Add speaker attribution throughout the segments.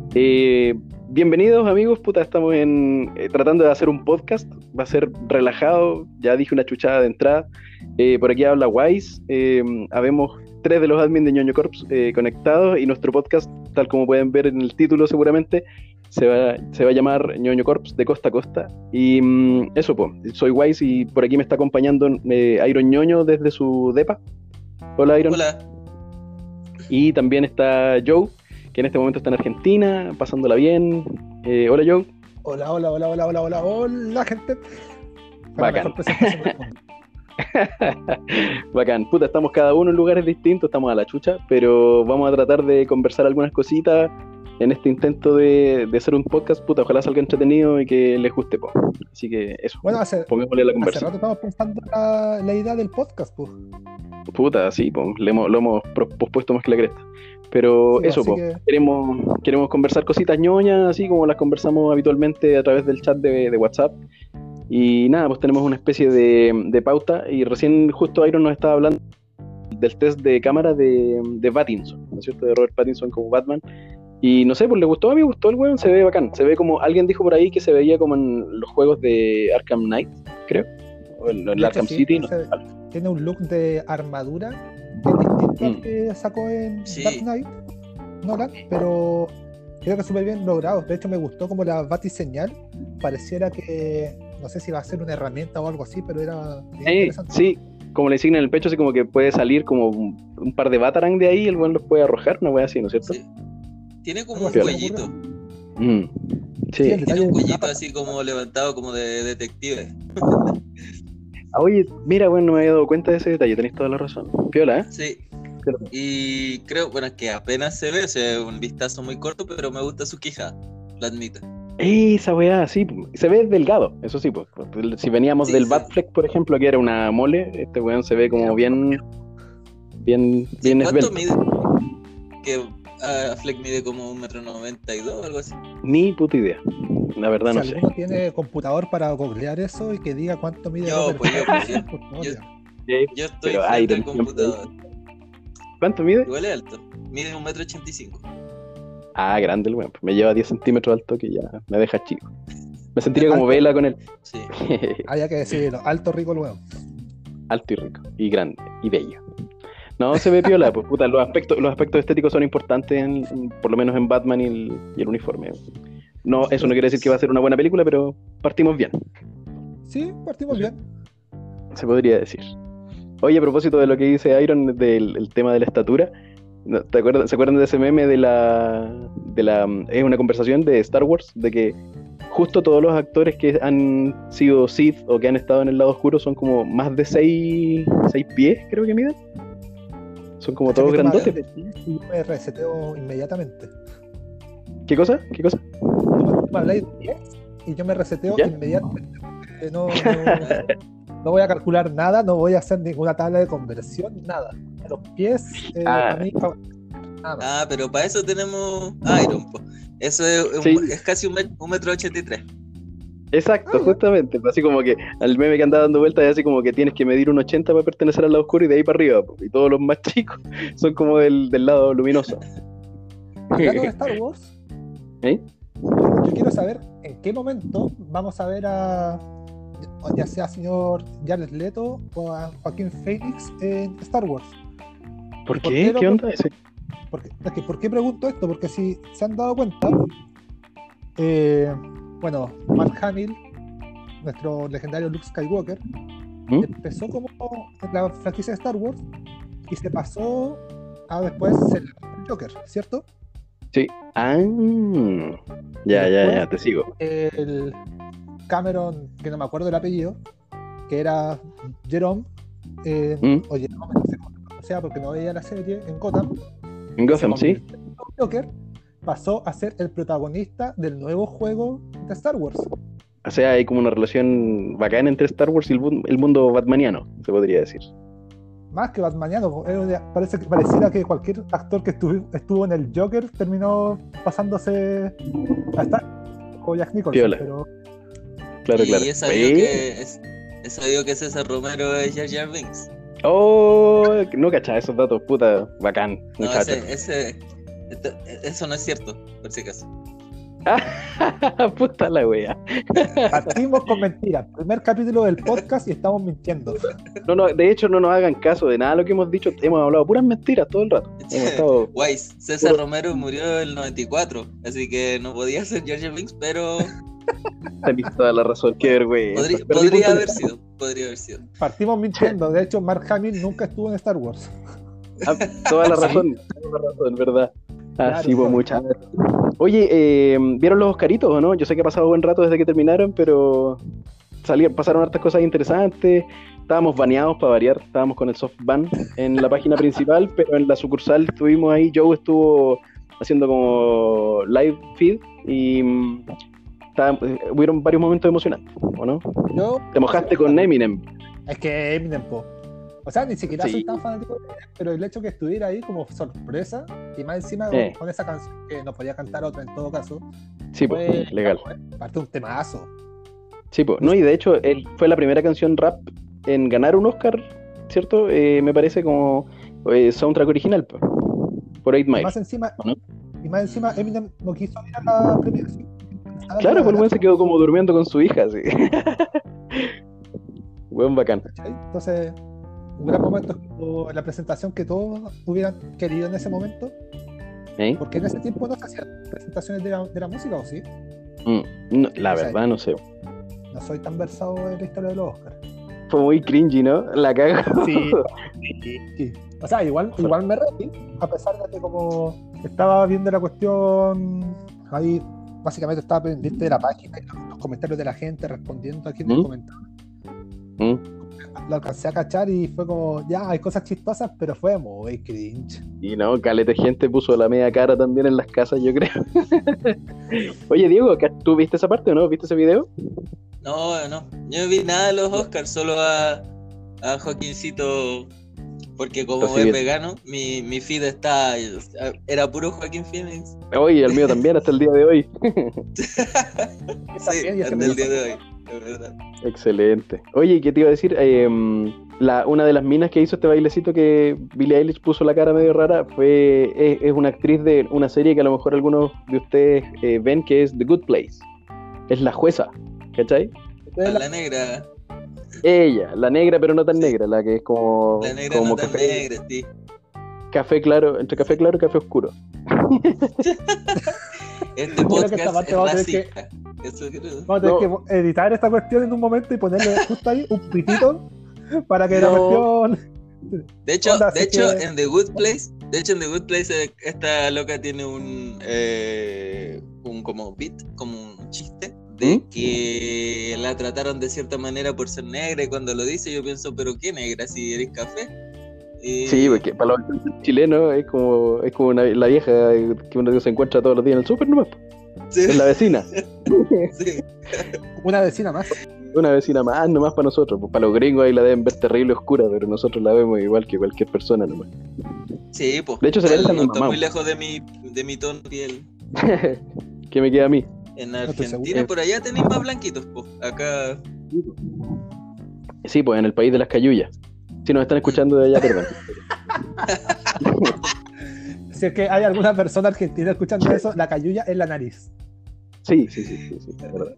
Speaker 1: Eh, Bienvenidos amigos, puta, estamos tratando de hacer un podcast, va a ser relajado, ya dije una chuchada de entrada. Por aquí habla Wise, habemos tres de los admins de Ñoño Corps conectados y nuestro podcast, tal como pueden ver en el título seguramente, se va a llamar Ñoño Corps de costa a costa. Y eso, pues, soy Wise y por aquí me está acompañando Iron Ñoño desde su depa. Hola Iron.
Speaker 2: Hola.
Speaker 1: Y también está Joe, que en este momento está en Argentina, pasándola bien. Hola Joe.
Speaker 3: Hola, hola, hola, hola, hola, hola, hola, gente. Para
Speaker 1: Bacán.
Speaker 3: mejor presentación del mundo.
Speaker 1: Bacán. Puta, estamos cada uno en lugares distintos, estamos a la chucha, pero vamos a tratar de conversar algunas cositas en este intento de hacer un podcast. Puta, ojalá salga entretenido y que les guste, po. Así que eso,
Speaker 3: Bueno, hace
Speaker 1: pongámosle la
Speaker 3: rato
Speaker 1: conversa.
Speaker 3: estamos pensando la idea del podcast, pues.
Speaker 1: Puta, sí, po, lo hemos pospuesto más que la cresta. Pero
Speaker 3: Sí,
Speaker 1: eso,
Speaker 3: así
Speaker 1: po,
Speaker 3: que,
Speaker 1: queremos conversar cositas ñoñas, así como las conversamos habitualmente a través del chat de WhatsApp. Y nada, pues tenemos una especie de pauta y recién justo Iron nos estaba hablando del test de cámara de Pattinson, ¿no es cierto? De Robert Pattinson como Batman. Y no sé, pues le gustó, a mí me gustó el weón, se ve bacán. Se ve como, alguien dijo por ahí que se veía como en los juegos de Arkham Knight, creo. O en
Speaker 3: de hecho,
Speaker 1: Arkham
Speaker 3: sí,
Speaker 1: City, no sé.
Speaker 3: tiene un look de armadura que es distinto al
Speaker 1: Mm.
Speaker 3: que sacó en
Speaker 2: Sí.
Speaker 3: Dark Knight, Nolan, pero creo que súper bien logrado. De hecho, me gustó como la batiseñal pareciera que, no sé si va a ser una herramienta o algo así, pero era bien interesante.
Speaker 1: Sí, como le insignia en el pecho, así como que puede salir como un par de Batarang de ahí, el weón los puede arrojar, una wea así, ¿no es cierto?
Speaker 2: Sí. Tiene como
Speaker 3: Algo
Speaker 2: un
Speaker 3: así se me
Speaker 2: cuellito.
Speaker 3: ocurre.
Speaker 1: Mm.
Speaker 3: Sí,
Speaker 1: Sí.
Speaker 3: el
Speaker 2: Tiene
Speaker 3: detalle
Speaker 2: un
Speaker 3: del
Speaker 2: cuellito
Speaker 3: mapa.
Speaker 2: así como levantado como de detective.
Speaker 1: Ah, oye, mira, bueno, no me había dado cuenta de ese detalle, tenés toda la razón. Piola, ¿eh?
Speaker 2: Sí.
Speaker 1: Piola.
Speaker 2: Y creo, bueno, que apenas se ve, o sea, un vistazo muy corto, pero me gusta su quijada, lo admito.
Speaker 1: Esa weá, sí, se ve delgado, eso sí, pues. Si veníamos
Speaker 2: Sí,
Speaker 1: del
Speaker 2: sí.
Speaker 1: Batfleck, por ejemplo, que era una mole, este weón se ve como bien
Speaker 2: Sí, ¿cuánto
Speaker 1: esbelto.
Speaker 2: mide? Que Fleck mide como 1,92 m, algo así.
Speaker 1: Ni puta idea, la verdad
Speaker 3: Si
Speaker 1: no sé.
Speaker 3: alguno tiene computador para googlear eso y que diga cuánto mide
Speaker 2: Yo,
Speaker 3: Robert
Speaker 2: pues,
Speaker 3: Pattinson, por favor,
Speaker 2: yo-
Speaker 3: dígame.
Speaker 2: Yo estoy
Speaker 1: Pero
Speaker 2: frente al
Speaker 1: Iron siempre.
Speaker 2: computador.
Speaker 1: ¿Cuánto mide?
Speaker 2: Igual es alto. Mide 1,85 m.
Speaker 1: Ah, grande el weón, me lleva 10 centímetros alto que ya me deja chico. Me sentiría como
Speaker 3: Alto.
Speaker 1: Vela con él.
Speaker 2: Sí.
Speaker 3: Había que decirlo, alto rico el hueón.
Speaker 1: Alto y rico, y grande, y bello. No, se ve piola, pues puta, los aspectos estéticos son importantes, por lo menos en Batman y el uniforme. No, eso no quiere decir que va a ser una buena película, pero partimos bien,
Speaker 3: Sí, partimos bien.
Speaker 1: se podría decir. Oye, a propósito de lo que dice Iron del el tema de la estatura, ¿se acuerdan de ese meme es una conversación de Star Wars, de que justo todos los actores que han sido Sith o que han estado en el lado oscuro son como más de 6 pies, creo que miden? Son como todos
Speaker 3: Cacha que tú me
Speaker 1: grandotes.
Speaker 3: hablas de ti y yo me reseteo inmediatamente.
Speaker 1: ¿Qué cosa? ¿Qué cosa?
Speaker 3: Tú me habláis de 10 y yo me reseteo
Speaker 1: ¿Ya?
Speaker 3: inmediatamente. No voy a calcular nada, no voy a hacer ninguna tabla de conversión, nada. Los pies,
Speaker 1: Ah.
Speaker 3: a mí, nada más.
Speaker 2: Ah, pero para eso tenemos Iron, po. Eso
Speaker 1: Sí.
Speaker 2: es casi 1,83 m.
Speaker 1: Exacto,
Speaker 3: Ah, ya.
Speaker 1: justamente. Así como que al meme que anda dando vueltas es así como que tienes que medir un 80 para pertenecer al lado oscuro y de ahí para arriba, po. Y todos los más chicos son como del lado luminoso.
Speaker 3: Hablando de Star Wars,
Speaker 1: ¿Eh?
Speaker 3: yo quiero saber en qué momento vamos a ver ya sea señor Jared Leto o a Joaquín Phoenix en Star Wars.
Speaker 1: ¿Por
Speaker 3: ¿Y por
Speaker 1: qué?
Speaker 3: qué lo
Speaker 1: ¿Qué onda ese?
Speaker 3: ¿Por qué pregunto esto? Porque si se han dado cuenta, bueno, Mark Hamill, nuestro legendario Luke Skywalker,
Speaker 1: ¿Mm?
Speaker 3: empezó como en la franquicia de Star Wars y se pasó a después ser el Joker, ¿cierto?
Speaker 1: Sí. Ah, ya, te sigo.
Speaker 3: El Cameron, que no me acuerdo el apellido, que era Jerome, o Jerome, no sé cómo se pronuncia porque no veía la serie en Gotham.
Speaker 1: En Gotham,
Speaker 3: Se
Speaker 1: sí.
Speaker 3: convirtió en Joker, pasó a ser el protagonista del nuevo juego de Star Wars.
Speaker 1: O sea, hay como una relación bacana entre Star Wars y el mundo batmaniano, se podría decir.
Speaker 3: Más que Batmaniano, pareciera que cualquier actor que estuvo en el Joker terminó pasándose a Star o Jack Nicholson,
Speaker 1: Piola.
Speaker 3: pero
Speaker 1: Claro,
Speaker 2: Y
Speaker 1: claro.
Speaker 2: he sabido que César Romero es Jar Jar Binks.
Speaker 1: Oh, no cachaba esos datos, puta, bacán,
Speaker 2: No,
Speaker 1: muchacho.
Speaker 2: eso no es cierto, por si acaso.
Speaker 1: Puta la wea.
Speaker 3: Partimos con mentiras. Primer capítulo del podcast y estamos mintiendo.
Speaker 1: No, de hecho no nos hagan caso de nada de lo que hemos dicho. Hemos hablado puras mentiras todo el rato. Hemos estado...
Speaker 2: Wise, César Romero murió en el 94, así que no podía ser George Binks, pero
Speaker 1: Tenés toda la razón, qué vergüenza.
Speaker 2: podría haber sido.
Speaker 3: Partimos mintiendo. De hecho, Mark Hamill nunca estuvo en Star Wars.
Speaker 1: Toda la razón, ¿verdad? Así pues muchas. Oye, ¿vieron los Oscaritos o no? Yo sé que ha pasado buen rato desde que terminaron, pero pasaron hartas cosas interesantes. Estábamos baneados para variar, estábamos con el soft ban en la página principal, pero en la sucursal estuvimos ahí. Joe estuvo haciendo como live feed y hubieron varios momentos emocionantes, ¿o no? Te mojaste con Eminem.
Speaker 3: Es que Eminem, po. O sea, ni siquiera
Speaker 1: Sí.
Speaker 3: soy tan fanático de Eminem, pero el hecho que estuviera ahí como sorpresa, y más encima con esa canción, que no podía cantar otra en todo caso,
Speaker 1: Sí, pues, legal.
Speaker 3: Parte un temazo.
Speaker 1: Sí, pues, no, y de hecho, él fue la primera canción rap en ganar un Oscar, ¿cierto? Me parece como soundtrack original, pues, por 8 Mile.
Speaker 3: Y más encima,
Speaker 1: ¿no?
Speaker 3: Eminem no quiso ir a la premiación.
Speaker 1: Claro, pues el weón se quedó como durmiendo con su hija, sí. Weón bacán.
Speaker 3: ¿Cachai? Entonces, un gran momento en la presentación que todos hubieran querido en ese momento, porque en ese tiempo no se hacían presentaciones de la música, ¿o sí?
Speaker 1: No, la
Speaker 3: O sea,
Speaker 1: verdad, no sé.
Speaker 3: No soy tan versado en la historia de los Oscars.
Speaker 1: Fue muy cringy, ¿no? La caga.
Speaker 3: Sí. O sea, igual me reí, a pesar de que como estaba viendo la cuestión, ahí básicamente estaba pendiente de la página y los comentarios de la gente respondiendo aquí en el comentario. Lo alcancé a cachar y fue como, ya, hay cosas chistosas, pero fue muy cringe.
Speaker 1: Y no, caleta de gente puso la media cara también en las casas, yo creo. Oye, Diego, ¿tú viste esa parte o no? ¿Viste ese video?
Speaker 2: No, yo no vi nada de los Oscars, solo a Joaquincito, porque como
Speaker 1: Entonces,
Speaker 2: es vegano, mi feed era puro Joaquín Phoenix.
Speaker 1: Oye, el mío también, hasta el día de hoy.
Speaker 2: Sí, hasta el día de hoy, es verdad.
Speaker 1: Excelente. Oye, ¿qué te iba a decir? Una de las minas que hizo este bailecito que Billie Eilish puso la cara medio rara es una actriz de una serie que a lo mejor algunos de ustedes ven, que es The Good Place. Es la jueza, ¿cachai?
Speaker 2: La negra.
Speaker 1: Ella, la negra pero no tan negra, la que es como...
Speaker 2: La negra
Speaker 1: como
Speaker 2: no tan
Speaker 1: café,
Speaker 2: negra, sí.
Speaker 1: café claro, entre café claro y café oscuro.
Speaker 2: Este podcast es racista. Eso creo.
Speaker 3: Vamos a tener que editar esta cuestión en un momento y ponerle justo ahí un pitito para que la cuestión...
Speaker 2: De hecho, en The Good Place, esta loca tiene un como beat, como un chiste de que la trataron de cierta manera por ser negra, y cuando lo dice yo pienso, pero ¿qué negra si eres café?
Speaker 1: Sí, porque para los chilenos es como la vieja que uno se encuentra todos los días en el súper nomás. Sí. Es la vecina.
Speaker 2: Sí.
Speaker 3: Una vecina más.
Speaker 1: Una vecina más nomás para nosotros. Pues para los gringos ahí la deben ver terrible oscura, pero nosotros la vemos igual que cualquier persona nomás.
Speaker 2: Sí, pues.
Speaker 1: De hecho, se
Speaker 2: no está muy lejos de mi tono de piel.
Speaker 1: ¿Qué me queda a mí?
Speaker 2: En Argentina, por allá tenéis más blanquitos, pues. Acá.
Speaker 1: Sí, pues en el país de las cayullas. Si nos están escuchando de allá, perdón.
Speaker 3: Si es que hay alguna persona argentina escuchando eso, la cayuya es la nariz.
Speaker 1: Sí, es verdad.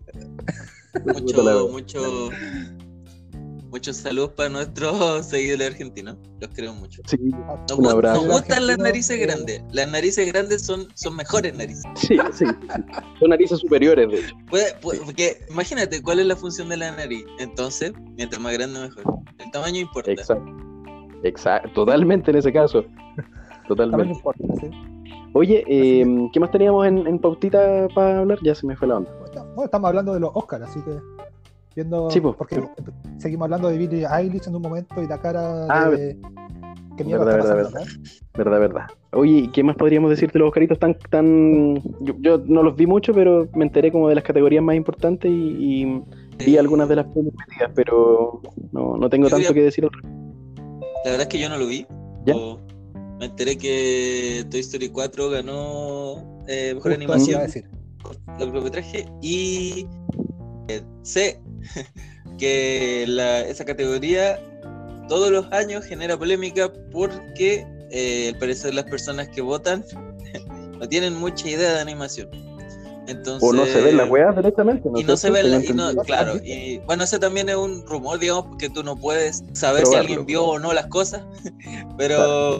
Speaker 2: Muchos saludos para nuestros seguidores argentinos. Los queremos mucho.
Speaker 1: Sí,
Speaker 2: nos gustan las narices grandes. Las narices grandes son mejores narices.
Speaker 1: Sí. Son narices superiores, de hecho.
Speaker 2: Porque imagínate cuál es la función de la nariz. Entonces, mientras más grande, mejor. El tamaño importa.
Speaker 1: Exacto. Totalmente en ese caso. Totalmente.
Speaker 3: Importa, ¿sí?
Speaker 1: Oye, ¿qué más teníamos en pautita para hablar? Ya se me fue la onda.
Speaker 3: Bueno, estamos hablando de los Oscars, así que viendo,
Speaker 1: sí, pues,
Speaker 3: porque seguimos hablando de Billie Eilish en un momento y la cara de qué miedo está pasando,
Speaker 1: verdad. Oye, ¿qué más podríamos decir de los Oscaritos tan... Yo no los vi mucho, pero me enteré como de las categorías más importantes y vi algunas de las metidas, pero no tengo tanto que decir.
Speaker 2: La verdad es que yo no lo vi.
Speaker 1: ¿Ya?
Speaker 2: Me enteré que Toy Story 4 ganó mejor animación, largometraje, y sé que esa categoría todos los años genera polémica porque al parecer las personas que votan no tienen mucha idea de animación. Entonces,
Speaker 1: o no se ven las weas directamente, ¿no?
Speaker 2: Y no se ven, claro, y bueno, ese también es un rumor, digamos, porque tú no puedes saber si alguien vio o no las cosas, pero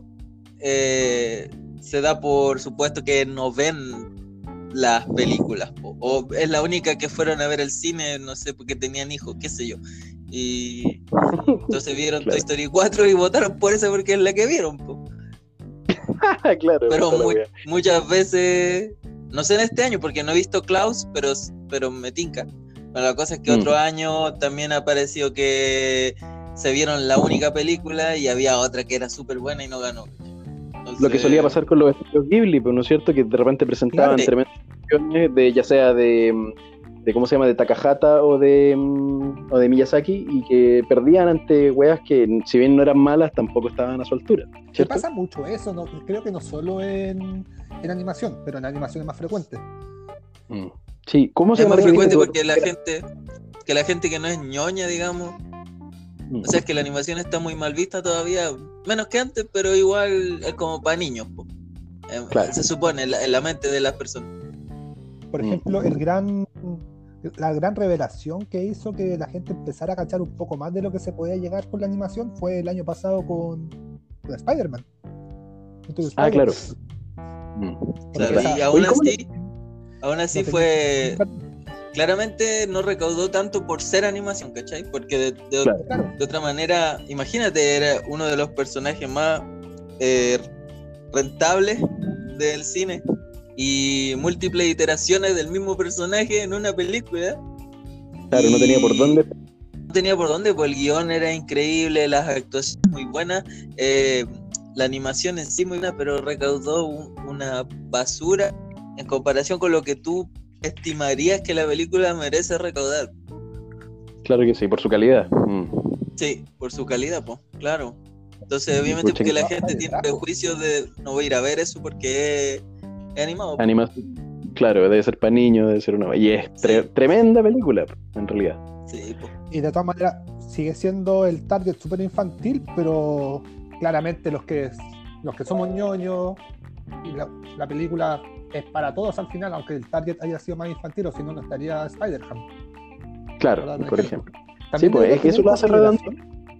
Speaker 2: se da por supuesto que no ven las películas, o es la única que fueron a ver el cine, no sé, porque tenían hijos, qué sé yo, y entonces vieron Toy Story 4 y votaron por esa porque es la que vieron, po.
Speaker 1: Claro,
Speaker 2: pero muchas veces, no sé en este año porque no he visto Klaus, pero me tinca. Pero la cosa es que otro año también apareció que se vieron la única película y había otra que era súper buena y no ganó. Entonces,
Speaker 1: lo que solía pasar con los estudios Ghibli, pues, ¿no es cierto? Que de repente presentaban tremendas opciones de, ya sea de ¿cómo se llama? De Takahata o de Miyazaki, y que perdían ante weas que, si bien no eran malas, tampoco estaban a su altura.
Speaker 3: ¿Qué pasa mucho eso? No, creo que no solo en animación, pero en animación es más frecuente.
Speaker 1: Sí, ¿cómo se
Speaker 2: llama? Es más frecuente
Speaker 1: porque
Speaker 2: la gente que no es ñoña, digamos, o sea, es que la animación está muy mal vista todavía, menos que antes, pero igual es como para niños, claro. Se supone en la mente de las personas.
Speaker 3: Por ejemplo, la gran revelación que hizo que la gente empezara a cachar un poco más de lo que se podía llegar con la animación fue el año pasado con Spider-Man.
Speaker 1: Claro.
Speaker 2: Y aún así fue... Claramente no recaudó tanto por ser animación, ¿cachai? Porque de otra manera, imagínate, era uno de los personajes más rentables del cine y múltiples iteraciones del mismo personaje en una película.
Speaker 1: Claro, no tenía por dónde.
Speaker 2: No tenía por dónde, pues el guión era increíble, las actuaciones muy buenas, la animación en sí muy buena, pero recaudó una basura en comparación con lo que tú estimarías que la película merece recaudar.
Speaker 1: Claro que sí, por su calidad.
Speaker 2: Sí, por su calidad, pues, claro. Entonces, obviamente, porque la gente tiene prejuicios de no voy a ir a ver eso porque es animado.
Speaker 1: Claro, debe ser para niños, debe ser una... Y es tremenda película, en realidad.
Speaker 2: Sí, pues.
Speaker 3: Y de todas maneras, sigue siendo el target súper infantil, pero claramente los que somos ñoños y la película es para todos al final, aunque el target haya sido más infantil, o si no, no estaría Spider-Man.
Speaker 1: Claro, por ejemplo. Sí, pues es que eso lo hace redondita.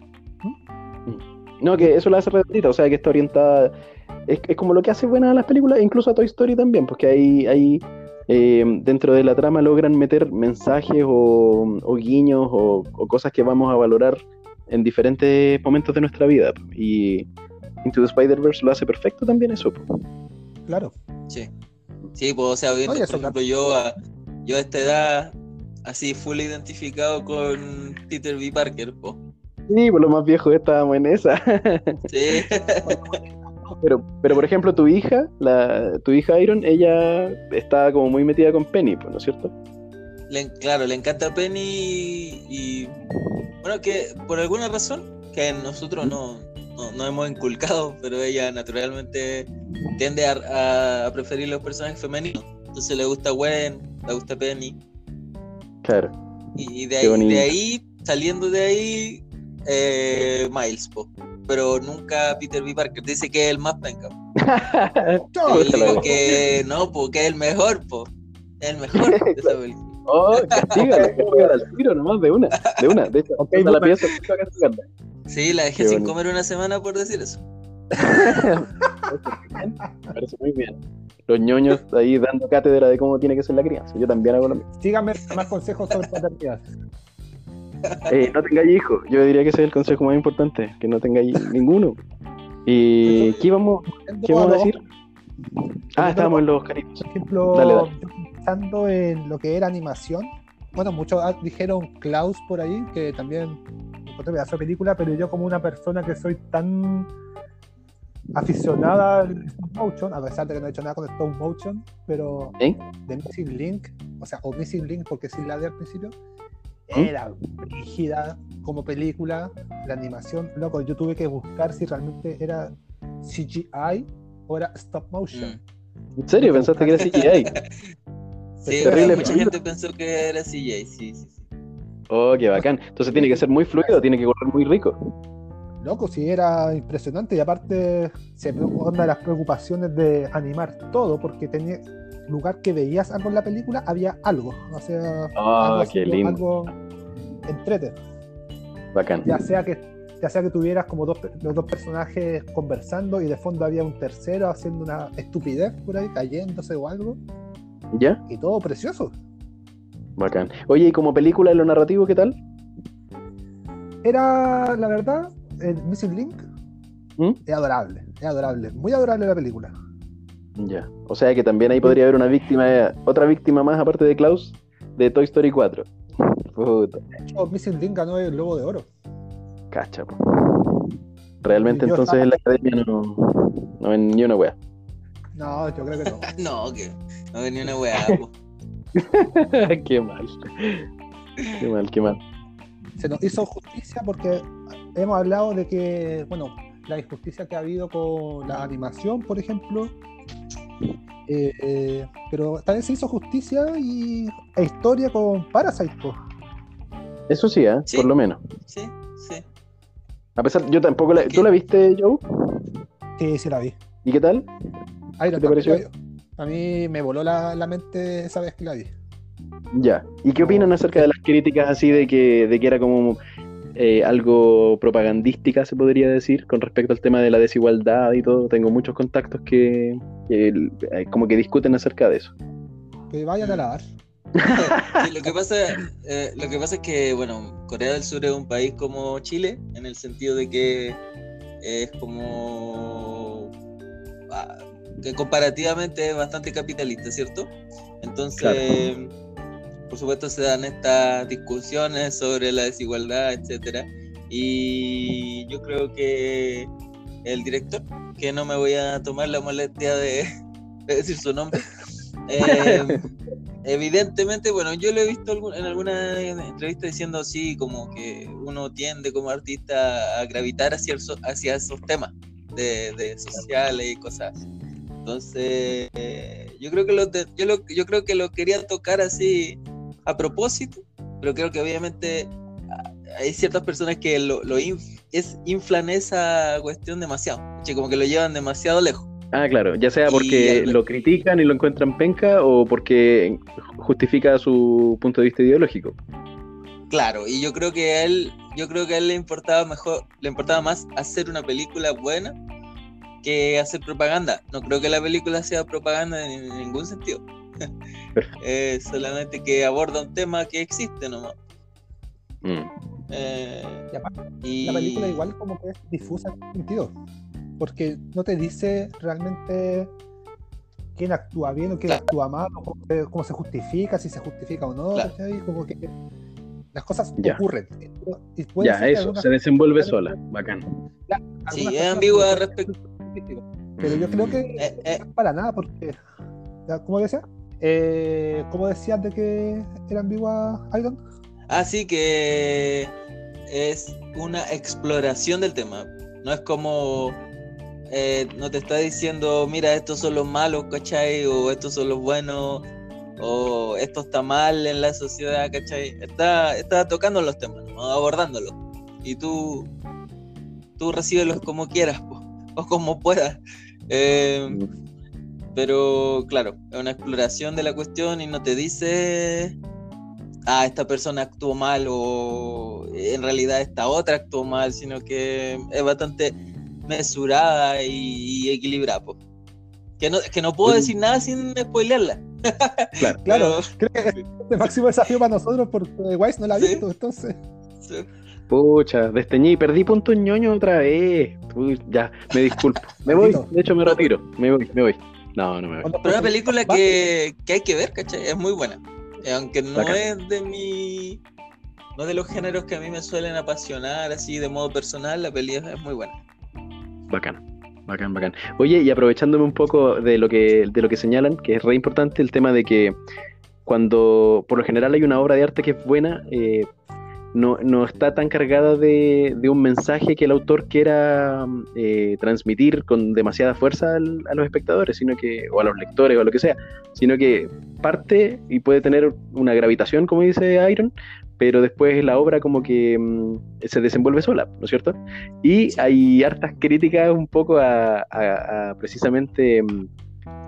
Speaker 1: No, que eso lo hace redondita, o sea, que está orientada... Es como lo que hace buenas a las películas, incluso a Toy Story también, porque hay dentro de la trama logran meter mensajes o guiños o cosas que vamos a valorar en diferentes momentos de nuestra vida. Y Into the Spider-Verse lo hace perfecto también eso.
Speaker 3: Claro.
Speaker 2: Sí, pues, o sea, viendo, por ejemplo, yo a esta edad, así full identificado con Peter B. Parker, pues.
Speaker 1: Sí, pues los más viejos estábamos en esa.
Speaker 2: Sí.
Speaker 1: Pero por ejemplo, tu hija Iron, ella está como muy metida con Penny, pues, ¿no es cierto?
Speaker 2: Claro, le encanta Penny y bueno, que por alguna razón que nosotros no hemos inculcado, pero ella naturalmente tiende a preferir los personajes femeninos. Entonces le gusta Gwen, le gusta Penny.
Speaker 1: Claro.
Speaker 2: Y de ahí, saliendo de ahí, Miles, po. Pero nunca Peter B. Parker. Dice que es el más penca. Digo que no, porque es el mejor, po. Es el mejor de esa película.
Speaker 1: Castígala al tiro nomás de una. De hecho, la pieza a castigarla.
Speaker 2: Sí, la dejé sin comer una semana por decir eso.
Speaker 1: Me parece muy bien. Los ñoños ahí dando cátedra de cómo tiene que ser la crianza. Yo también hago lo mismo.
Speaker 3: Síganme más consejos sobre paternidad.
Speaker 1: No tengáis hijos. Yo diría que ese es el consejo más importante. Que no tengáis ninguno. ¿Y qué vamos a decir? Estábamos en los Caribes.
Speaker 3: Por ejemplo,
Speaker 1: dale.
Speaker 3: Pensando en lo que era animación. Bueno, muchos dijeron Klaus por ahí, que también encontré pedazo de película, pero yo como una persona que soy tan aficionada al stop motion, a pesar de que no he hecho nada con stop motion, pero de Missing Link, o Missing Link porque sin la de al principio, era rígida como película, la animación, loco, yo tuve que buscar si realmente era CGI o era stop motion.
Speaker 1: ¿En serio? ¿Pensaste que era CGI?
Speaker 2: Sí, mucha gente pensó que era CGI, sí.
Speaker 1: Oh, qué bacán. Entonces tiene que ser muy fluido, tiene que correr muy rico.
Speaker 3: Loco, sí, era impresionante. Y aparte, una de las preocupaciones de animar todo, porque lugar que veías algo en la película había algo. O sea,
Speaker 1: qué lindo.
Speaker 3: Algo entrete.
Speaker 1: Bacán.
Speaker 3: Ya sea que tuvieras como los dos personajes conversando y de fondo había un tercero haciendo una estupidez por ahí, cayéndose o algo.
Speaker 1: ¿Ya?
Speaker 3: Y todo precioso.
Speaker 1: Bacán. Oye, ¿y como película en lo narrativo qué tal?
Speaker 3: Era, la verdad, el Missing Link es adorable, muy adorable la película.
Speaker 1: Ya, o sea que también ahí podría haber otra víctima más aparte de Klaus, de Toy Story 4. Puta.
Speaker 3: Missing Link ganó el Globo de Oro.
Speaker 1: Cacha, po. Realmente entonces en la academia no ven ni una wea.
Speaker 3: No, yo creo que no.
Speaker 2: no ven ni una wea, po.
Speaker 1: Qué mal.
Speaker 3: Se nos hizo justicia porque hemos hablado de que, bueno, la injusticia que ha habido con la animación, por ejemplo, pero también se hizo justicia e historia con Parasite, po.
Speaker 1: Eso sí,
Speaker 2: Sí.
Speaker 1: Por lo menos.
Speaker 2: Sí.
Speaker 1: A pesar, yo tampoco ¿Tú la viste, Joe?
Speaker 3: Sí, la vi.
Speaker 1: ¿Y qué tal?
Speaker 3: ¿Qué
Speaker 1: te pareció?
Speaker 3: A mí me voló la mente esa vez que la vi.
Speaker 1: Ya. ¿Y qué opinan acerca de las críticas así de que era como algo propagandística, se podría decir, con respecto al tema de la desigualdad y todo? Tengo muchos contactos que como que discuten acerca de eso.
Speaker 3: Que vayan a lavar.
Speaker 2: Sí, lo que pasa es que, bueno, Corea del Sur es un país como Chile, en el sentido de que es como que comparativamente es bastante capitalista, ¿cierto? Entonces, claro, por supuesto se dan estas discusiones sobre la desigualdad, etcétera, y yo creo que el director, que no me voy a tomar la molestia de decir su nombre, evidentemente, bueno, yo lo he visto en alguna entrevista diciendo así, como que uno tiende como artista a gravitar hacia esos temas de sociales y cosas así. Entonces, yo creo que lo quería tocar así a propósito, pero creo que obviamente hay ciertas personas que inflan esa cuestión demasiado, como que lo llevan demasiado lejos.
Speaker 1: Claro, ya sea porque lo critican y lo encuentran penca o porque justifica su punto de vista ideológico.
Speaker 2: Claro, y yo creo que a él le importaba más hacer una película buena que hacer propaganda. No creo que la película sea propaganda en ningún sentido. Solamente que aborda un tema que existe nomás.
Speaker 3: La película igual como que es difusa en ese sentido, porque no te dice realmente quién actúa bien o quién actúa mal, o cómo se justifica, si se justifica o no, ¿cachai? Como que las cosas ocurren. Y
Speaker 1: eso, se desenvuelve sola, bacán.
Speaker 2: Sí, es ambigua respecto.
Speaker 3: Pero yo creo que no es para nada, porque, ¿cómo decía? ¿Cómo decías de que era ambigua, Iron?
Speaker 2: Sí, que es una exploración del tema. No es como no te está diciendo, mira, estos son los malos, ¿cachai? O estos son los buenos, o esto está mal en la sociedad, ¿cachai? Está tocando los temas, ¿no? Abordándolos. Y tú recíbelos como quieras, o como puedas. Pero claro, es una exploración de la cuestión y no te dice esta persona actuó mal o en realidad esta otra actuó mal, sino que es bastante mesurada y equilibrada, que no puedo decir nada sin spoilearla.
Speaker 3: Claro. Creo que es el máximo desafío para nosotros porque Wise no la ha visto, entonces.
Speaker 2: Sí.
Speaker 1: Pucha, desteñí, perdí punto ñoño otra vez. Ya, me disculpo. Me voy, de hecho me retiro. Me voy. No me voy.
Speaker 2: Pero una película que hay que ver, ¿cachai? Es muy buena. Aunque no es no de los géneros que a mí me suelen apasionar así de modo personal, la peli es muy buena.
Speaker 1: Bacán. Oye, y aprovechándome un poco de lo que señalan, que es re importante el tema de que cuando por lo general hay una obra de arte que es buena, no está tan cargada de un mensaje que el autor quiera transmitir con demasiada fuerza a los espectadores, o a los lectores o a lo que sea, sino que parte y puede tener una gravitación, como dice Iron, pero después la obra como que se desenvuelve sola, ¿no es cierto? Y hay hartas críticas un poco a precisamente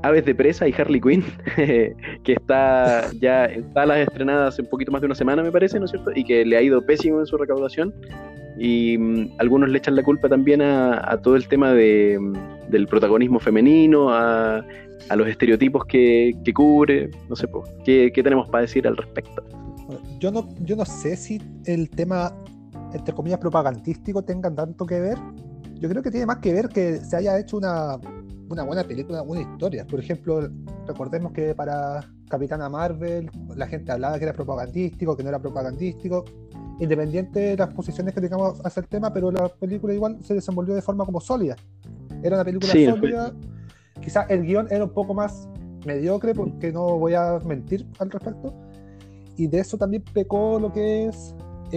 Speaker 1: Aves de Presa y Harley Quinn, que está ya en salas estrenadas hace un poquito más de una semana, me parece, ¿no es cierto? Y que le ha ido pésimo en su recaudación. Y algunos le echan la culpa también a todo el tema del protagonismo femenino, a los estereotipos que cubre, no sé, ¿qué tenemos para decir al respecto?
Speaker 3: Yo no sé si el tema, entre comillas, propagandístico tenga tanto que ver. Yo creo que tiene más que ver que se haya hecho una buena película, una buena historia. Por ejemplo, recordemos que para Capitana Marvel la gente hablaba que era propagandístico, que no era propagandístico, independiente de las posiciones que tengamos hacia el tema, pero la película igual se desenvolvió de forma como sólida. Era una película sólida. Quizás el guión era un poco más mediocre, porque no voy a mentir al respecto, y de eso también pecó lo que es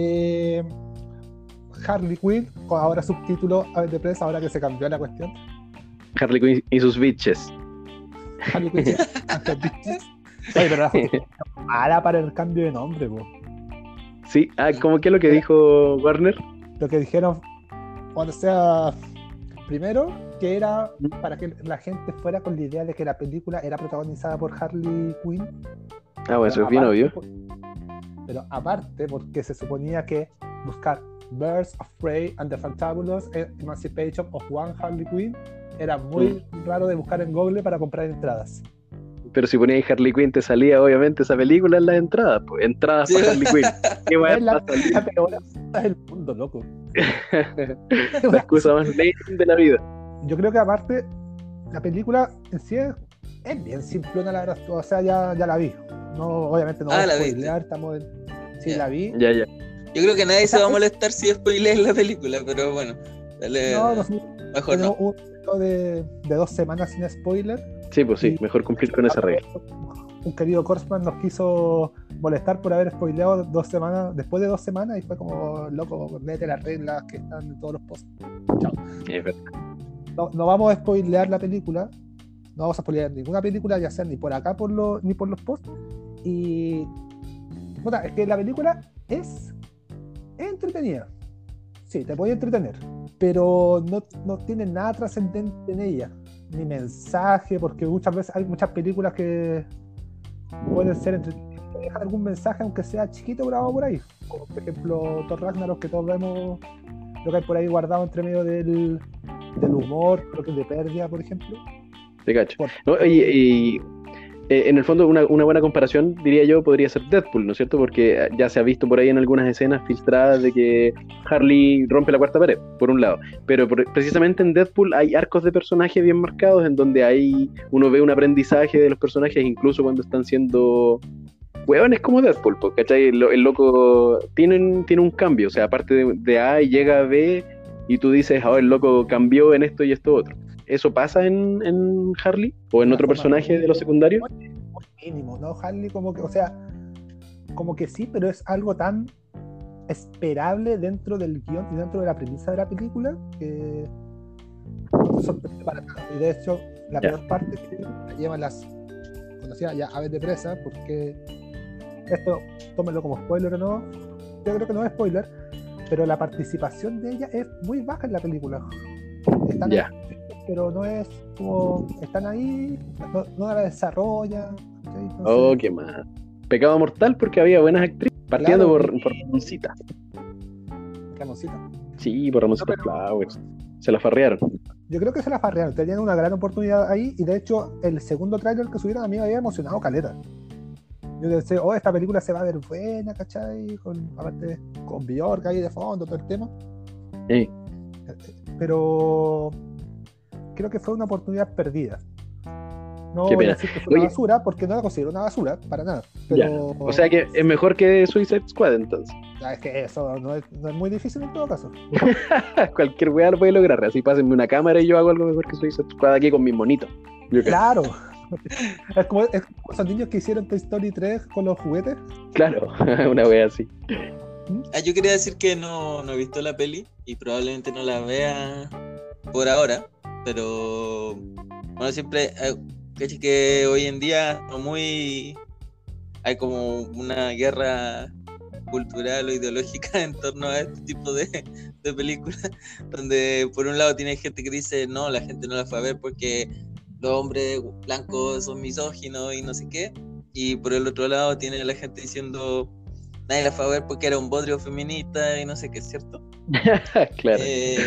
Speaker 3: Harley Quinn, con ahora subtítulo Aves de Presa, ahora que se cambió la cuestión.
Speaker 1: Harley Quinn y sus bitches.
Speaker 3: Harley Quinn y sus bitches. Oye, pero la mala para el cambio de nombre, po.
Speaker 1: Sí, ¿cómo que lo que dijo Warner?
Speaker 3: Lo que dijeron, cuando sea, primero, que era para que la gente fuera con la idea de que la película era protagonizada por Harley Quinn.
Speaker 1: Bueno, eso es bien obvio.
Speaker 3: Pero aparte, porque se suponía que buscar Birds of Prey and the Fantabulous Emancipation of One Harley Quinn era muy raro de buscar en Google para comprar entradas.
Speaker 1: Pero si ponías Harley Quinn te salía obviamente esa película en las entradas, pues, entradas para Harley Quinn. ¿Qué más
Speaker 3: es la peor del mundo, loco.
Speaker 1: La excusa más lame de la vida.
Speaker 3: Yo creo que aparte la película en sí es bien simplona, la verdad. O sea, ya la vi. No, obviamente no voy a spoilear, estamos en... Sí, la vi.
Speaker 1: Ya.
Speaker 2: Yo creo que nadie se va a molestar si spoileas la película, pero bueno, dale.
Speaker 3: Mejor no. Un de 2 semanas sin spoiler.
Speaker 1: Sí, pues sí, mejor cumplir con esa regla.
Speaker 3: Un querido Korsman nos quiso molestar por haber spoileado 2 semanas, después de 2 semanas, y fue como, loco, vete las reglas que están en todos los posts. Chao.
Speaker 1: Es verdad.
Speaker 3: No vamos a spoilear la película, no vamos a spoilear ninguna película, ya sea ni por acá ni por los posts. Y bueno, es que la película es entretenida. Sí, te puede entretener, pero no tiene nada trascendente en ella, ni mensaje, porque muchas veces hay muchas películas que pueden ser entretenidas, dejar algún mensaje, aunque sea chiquito, grabado por ahí, como por ejemplo Thor Ragnarok, que todos vemos lo que hay por ahí guardado entre medio del humor, creo que de pérdida, por ejemplo.
Speaker 1: Te cacho. No, y en el fondo una buena comparación, diría yo, podría ser Deadpool, ¿no es cierto? Porque ya se ha visto por ahí en algunas escenas filtradas de que Harley rompe la cuarta pared, por un lado. Pero precisamente en Deadpool hay arcos de personajes bien marcados en donde uno ve un aprendizaje de los personajes, incluso cuando están siendo hueones como Deadpool, ¿cachai? El loco tiene un cambio, o sea, aparte de A y llega a B, y tú dices, el loco cambió en esto y esto otro. ¿Eso pasa en Harley? ¿O en otro personaje de los secundarios?
Speaker 3: Muy mínimo, ¿no? Harley como que, o sea, como que sí, pero es algo tan esperable dentro del guión y dentro de la premisa de la película que no te sorprende para nada. Y de hecho, la peor parte que la llevan las conocidas ya Aves de Presa, porque esto, tómenlo como spoiler o no, yo creo que no es spoiler, pero la participación de ella es muy baja en la película. Están ahí, pero no es como están ahí, no la desarrollan.
Speaker 1: Entonces, qué mal. Pecado mortal, porque había buenas actrices, partiendo por Ramoncita.
Speaker 3: ¿Ramoncita?
Speaker 1: Sí, por Ramoncita Flowers. Se la farrearon.
Speaker 3: Yo creo que se la farrearon, tenían una gran oportunidad ahí, y de hecho el segundo tráiler que subieron a mí me había emocionado caleta. Yo decía, esta película se va a ver buena, ¿cachai? Aparte con Bjork ahí de fondo, todo el tema.
Speaker 1: Sí.
Speaker 3: Pero creo que fue una oportunidad perdida. No voy a decir que fue una basura, porque no la considero una basura, para nada. Pero...
Speaker 1: O sea que es mejor que Suicide Squad, entonces.
Speaker 3: Es que eso no es muy difícil en todo caso.
Speaker 1: Cualquier weá lo puede lograr. Así pásenme una cámara y yo hago algo mejor que Suicide Squad aquí con mis monitos.
Speaker 3: Claro. Es como esos niños que hicieron Toy Story 3 con los juguetes.
Speaker 1: Claro, una wea así.
Speaker 2: Yo quería decir que no he visto la peli y probablemente no la vea por ahora, pero bueno, siempre caché que hoy en día hay como una guerra cultural o ideológica en torno a este tipo de películas, donde por un lado tiene gente que dice no, la gente no la fue a ver porque los hombres blancos son misóginos y no sé qué. Y por el otro lado tiene la gente diciendo nadie la fue a ver porque era un bodrio feminista y no sé qué, ¿cierto?
Speaker 1: Claro.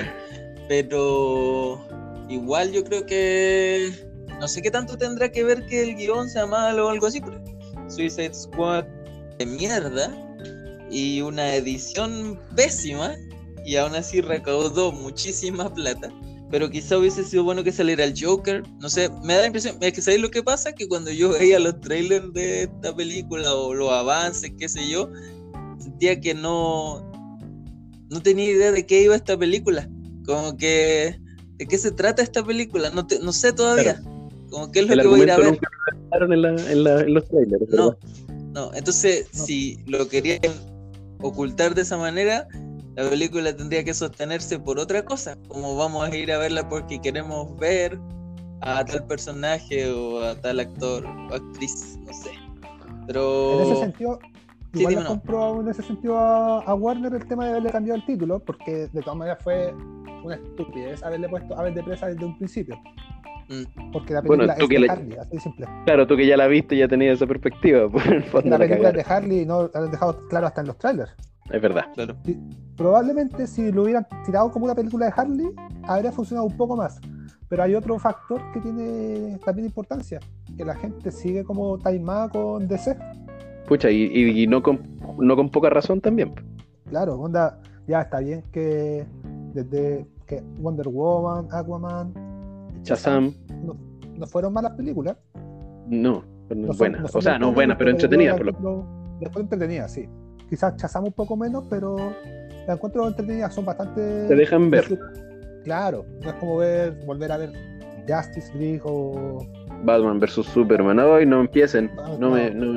Speaker 2: Pero igual yo creo que no sé qué tanto tendrá que ver que el guión sea malo o algo así, pero Suicide Squad de mierda y una edición pésima y aún así recaudó muchísima plata. Pero quizá hubiese sido bueno que saliera el Joker. No sé, me da la impresión, es que ¿sabéis lo que pasa? Que cuando yo veía los trailers de esta película o los avances, qué sé yo, sentía que no tenía idea de qué iba esta película. Como que, ¿de qué se trata esta película? No sé todavía. Claro. Como qué es lo que voy a ir a ver.
Speaker 1: Nunca lo en los trailers.
Speaker 2: No. Entonces, si lo querían ocultar de esa manera, la película tendría que sostenerse por otra cosa, como vamos a ir a verla porque queremos ver a tal personaje o a tal actor o actriz, no sé. Pero
Speaker 3: en ese sentido, igual le compró en ese sentido a Warner el tema de haberle cambiado el título, porque de todas maneras fue una estupidez haberle puesto Aves de Presa desde un principio. Porque la película es de Harley, así de simple.
Speaker 1: Claro, tú que ya la viste ya tenías esa perspectiva. Por el fondo
Speaker 3: la película es de Harley y no lo han dejado claro hasta en los trailers.
Speaker 1: Es verdad, claro.
Speaker 3: Probablemente si lo hubieran tirado como una película de Harley, habría funcionado un poco más. Pero hay otro factor que tiene también importancia, que la gente sigue como taimada con DC.
Speaker 1: Pucha, y no con poca razón también.
Speaker 3: Claro, onda, ya está bien que desde que Wonder Woman, Aquaman,
Speaker 1: Shazam
Speaker 3: no fueron malas películas.
Speaker 1: No buenas. O sea, no buenas, pero entretenidas.
Speaker 3: Después entretenidas, sí. Quizás Shazam un poco menos, pero las encuentro entretenidas, son bastante...
Speaker 1: Te dejan ver.
Speaker 3: Claro, no es como volver a ver Justice League o...
Speaker 1: Batman vs Superman. Hoy no empiecen, no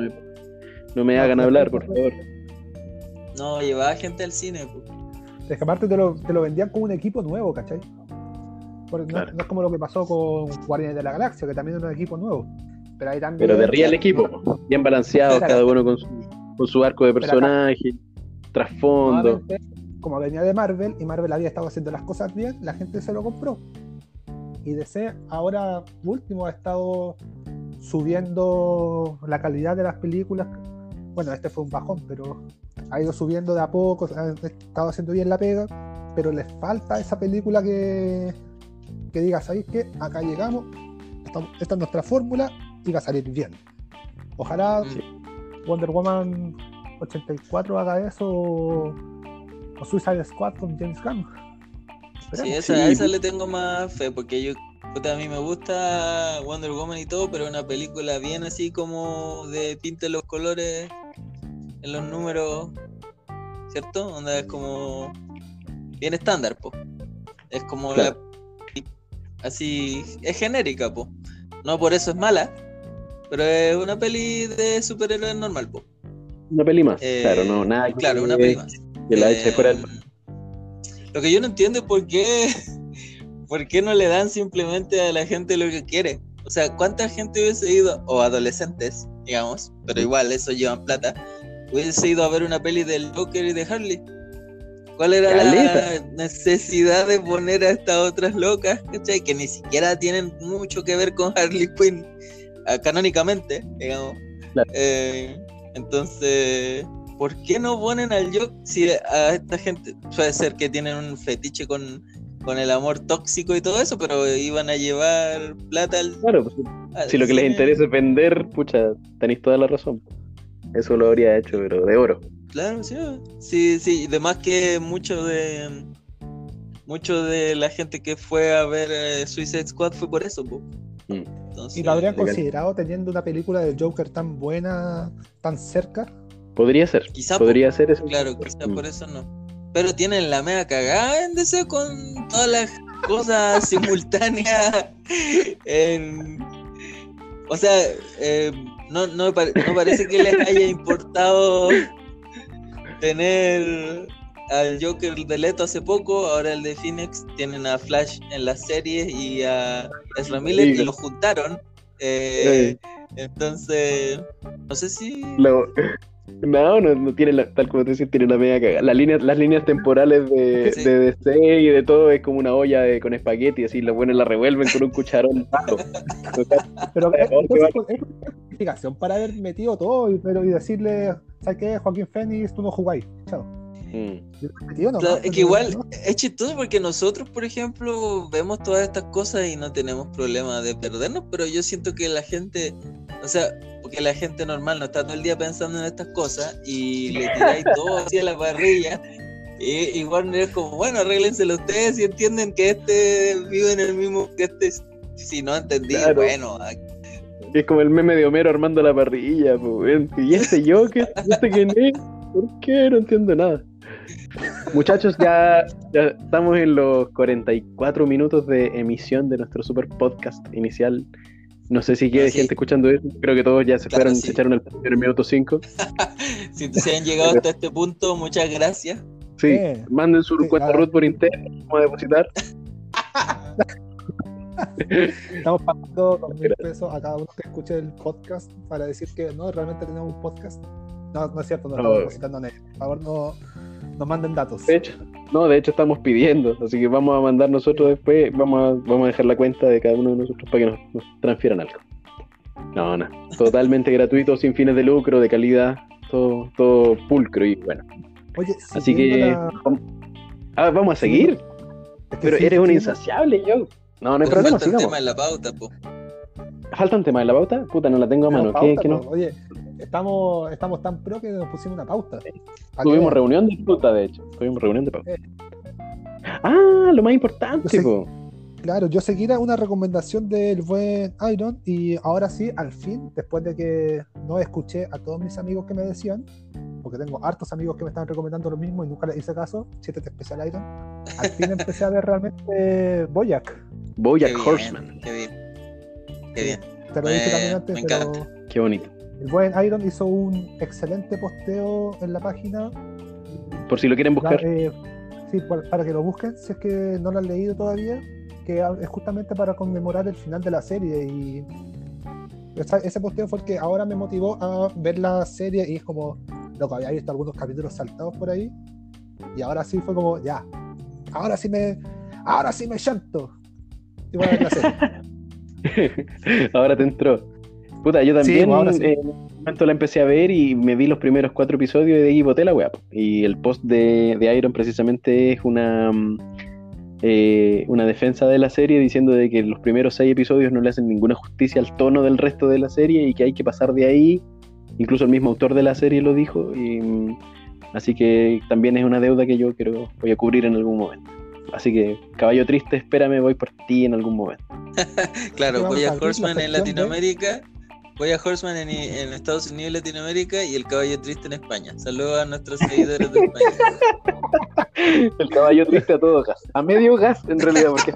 Speaker 1: me hagan hablar, por favor.
Speaker 2: No, llevaba gente al cine.
Speaker 3: Es que aparte te lo vendían como un equipo nuevo, ¿cachai? Claro. No es como lo que pasó con Guardianes de la Galaxia, que también era un equipo nuevo. Pero ahí también...
Speaker 1: Pero de real equipo, bien balanceado, cada uno con su arco de personaje, trasfondo.
Speaker 3: Como venía de Marvel y Marvel había estado haciendo las cosas bien, la gente se lo compró. Y DC ahora último ha estado subiendo la calidad de las películas. Bueno, este fue un bajón, pero ha ido subiendo de a poco, ha estado haciendo bien la pega, pero les falta esa película que diga, ¿sabéis qué? Acá llegamos, esta es nuestra fórmula y va a salir bien. Ojalá Wonder Woman 84 haga eso o Suicide Squad con James Gunn.
Speaker 2: Sí, a esa le tengo más fe, porque a mí me gusta Wonder Woman y todo, pero una película bien así como de pinte los colores en los números, ¿cierto? Donde es como bien estándar, po. Es como claro. Así, es genérica, po. No por eso es mala, pero es una peli de superhéroes normal, po.
Speaker 1: Una peli más, claro, no, nada.
Speaker 2: Claro, una peli más.
Speaker 1: Que la eche fuera del...
Speaker 2: Lo que yo no entiendo es por qué no le dan simplemente a la gente lo que quiere. O sea, ¿cuánta gente hubiese ido, o adolescentes, digamos, pero igual eso llevan plata, hubiese ido a ver una peli del Joker y de Harley? ¿Cuál era la necesidad de poner a estas otras locas, ¿cachai? Que ni siquiera tienen mucho que ver con Harley Quinn, canónicamente, digamos. Claro. Entonces, ¿por qué no ponen al Joker si a esta gente puede ser que tienen un fetiche con el amor tóxico y todo eso, pero iban a llevar plata al...
Speaker 1: Claro, pues, si lo que les interesa es vender, pucha, tenéis toda la razón. Eso lo habría hecho, pero de oro.
Speaker 2: Claro, sí, además que mucho de la gente que fue a ver Suicide Squad fue por eso, po.
Speaker 3: Entonces, ¿y lo habrían considerado teniendo una película del Joker tan buena, tan cerca?
Speaker 1: Podría ser, podría ser eso.
Speaker 2: Claro, quizá por eso no. Pero tienen la mega cagada en DC con todas las cosas simultáneas. O sea, no parece que les haya importado tener al Joker de Leto hace poco, ahora el de Phoenix, tienen a Flash en las series y a Ezra Miller y lo juntaron. Entonces, no sé si...
Speaker 1: No tiene tal como te decís, tiene una media cagada. Las líneas temporales de DC y de todo es como una olla con espagueti, así los buenos la revuelven con un cucharón.
Speaker 3: Pero entonces es una explicación para haber metido todo y decirle, ¿sabes qué? Joaquín Phoenix, tú no jugáis. Chao.
Speaker 2: Claro, es que igual es chistoso porque nosotros, por ejemplo, vemos todas estas cosas y no tenemos problema de perdernos, pero yo siento que la gente, o sea, porque la gente normal no está todo el día pensando en estas cosas y le tiráis todo así a la parrilla, y igual es como, bueno, arréglenselo ustedes y entienden que vive en el mismo que si no entendí, claro. Bueno.
Speaker 1: Es como el meme de Homero armando la parrilla, pues, y yo, ¿quién es? ¿Por qué? No entiendo nada. Muchachos, ya estamos en los 44 minutos de emisión de nuestro super podcast inicial. No sé si queda gente escuchando eso. Creo que todos ya se fueron, se echaron el minuto 5.
Speaker 2: Si se han llegado hasta este punto, muchas gracias.
Speaker 1: Sí, manden su cuenta root por internet, vamos a depositar.
Speaker 3: Estamos pagando 2.000 pesos a cada uno que escuche el podcast para decir que no, realmente tenemos un podcast. No es cierto, no estamos depositando nada. Por favor, no manden datos.
Speaker 1: De hecho estamos pidiendo, así que vamos a mandar nosotros después, vamos a dejar la cuenta de cada uno de nosotros para que nos transfieran algo. No, totalmente gratuito, sin fines de lucro, de calidad, todo pulcro y bueno.
Speaker 3: Oye,
Speaker 1: así que vamos a seguir. Pero eres un insaciable, yo. No hay problema,
Speaker 2: sigamos. Falta un tema en la pauta, po.
Speaker 1: ¿Falta un tema en la pauta? Puta, no la tengo a mano. ¿Qué no?
Speaker 3: Oye, estamos tan pro que nos pusimos una pauta.
Speaker 1: Tuvimos reunión de pauta, de hecho. Lo más importante, po.
Speaker 3: Claro, yo seguía una recomendación del buen Iron y ahora sí, al fin, después de que no escuché a todos mis amigos que me decían, porque tengo hartos amigos que me estaban recomendando lo mismo y nunca les hice caso, siéntete especial Iron, al fin empecé a ver realmente BoJack
Speaker 1: Horseman.
Speaker 2: Qué bien.
Speaker 3: Te lo dije también antes,
Speaker 2: me encanta.
Speaker 1: Qué bonito.
Speaker 3: El buen Iron hizo un excelente posteo en la página.
Speaker 1: Por si lo quieren buscar.
Speaker 3: Sí, para que lo busquen, si es que no lo han leído todavía, que es justamente para conmemorar el final de la serie. Y ese posteo fue el que ahora me motivó a ver la serie y es como, loco, había visto algunos capítulos saltados por ahí y ahora sí fue como, ya, ahora sí me llanto y voy a ver la serie.
Speaker 1: Ahora te entró. Puta, yo también en un momento la empecé a ver y me vi los primeros 4 episodios y de ahí boté la weá. Y el post de Iron precisamente es una defensa de la serie diciendo de que los primeros 6 episodios no le hacen ninguna justicia al tono del resto de la serie y que hay que pasar de ahí. Incluso el mismo autor de la serie lo dijo, así que también es una deuda que yo voy a cubrir en algún momento. Así que, caballo triste, espérame, voy por ti en algún momento.
Speaker 2: Claro, BoJack Horseman en Latinoamérica, BoJack Horseman en Estados Unidos y Latinoamérica, y el caballo triste en España. Saludos a nuestros seguidores de España.
Speaker 1: El caballo triste a todo gas, a medio gas en realidad, porque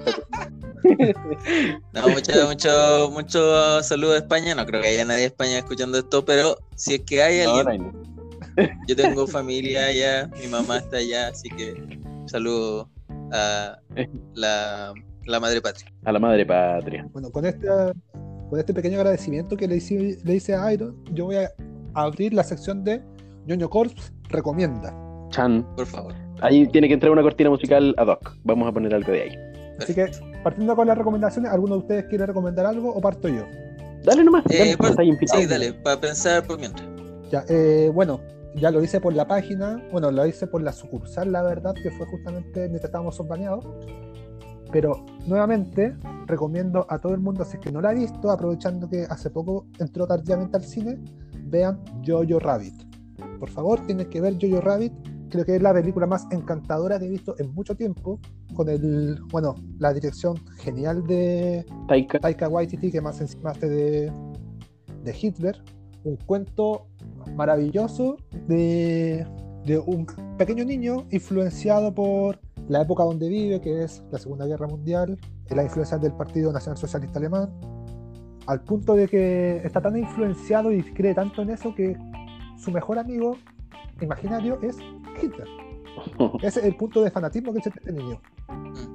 Speaker 1: está
Speaker 2: mucho saludos a España. No creo que haya nadie de España escuchando esto, pero si es que hay alguien, yo tengo familia allá, mi mamá está allá, así que saludos a la madre patria.
Speaker 1: A la madre patria.
Speaker 3: Bueno, con este pequeño agradecimiento que le hice a Iron, yo voy a abrir la sección de Ñoño Corps recomienda.
Speaker 1: Chan,
Speaker 2: por favor.
Speaker 1: Ahí tiene que entrar una cortina musical ad hoc. Vamos a poner algo de ahí.
Speaker 3: Así que, partiendo con las recomendaciones, ¿alguno de ustedes quiere recomendar algo o parto yo?
Speaker 1: Dale nomás.
Speaker 2: Sí, dale, para pensar por mientras.
Speaker 3: Ya, bueno, ya lo hice por la página, bueno, lo hice por la sucursal, la verdad, que fue justamente mientras estábamos baneados. Pero nuevamente recomiendo a todo el mundo, si es que no la ha visto, aprovechando que hace poco entró tardíamente al cine, vean Jojo Rabbit. Por favor, tienes que ver Jojo Rabbit. Creo que es la película más encantadora que he visto en mucho tiempo, con la dirección genial de Taika Waititi, que más encima hace de Hitler. Un cuento maravilloso de un pequeño niño influenciado por la época donde vive, que es la Segunda Guerra Mundial, la influencia del Partido Nacional Socialista Alemán, al punto de que está tan influenciado y cree tanto en eso que su mejor amigo imaginario es Hitler. Ese es el punto de fanatismo que tiene este niño.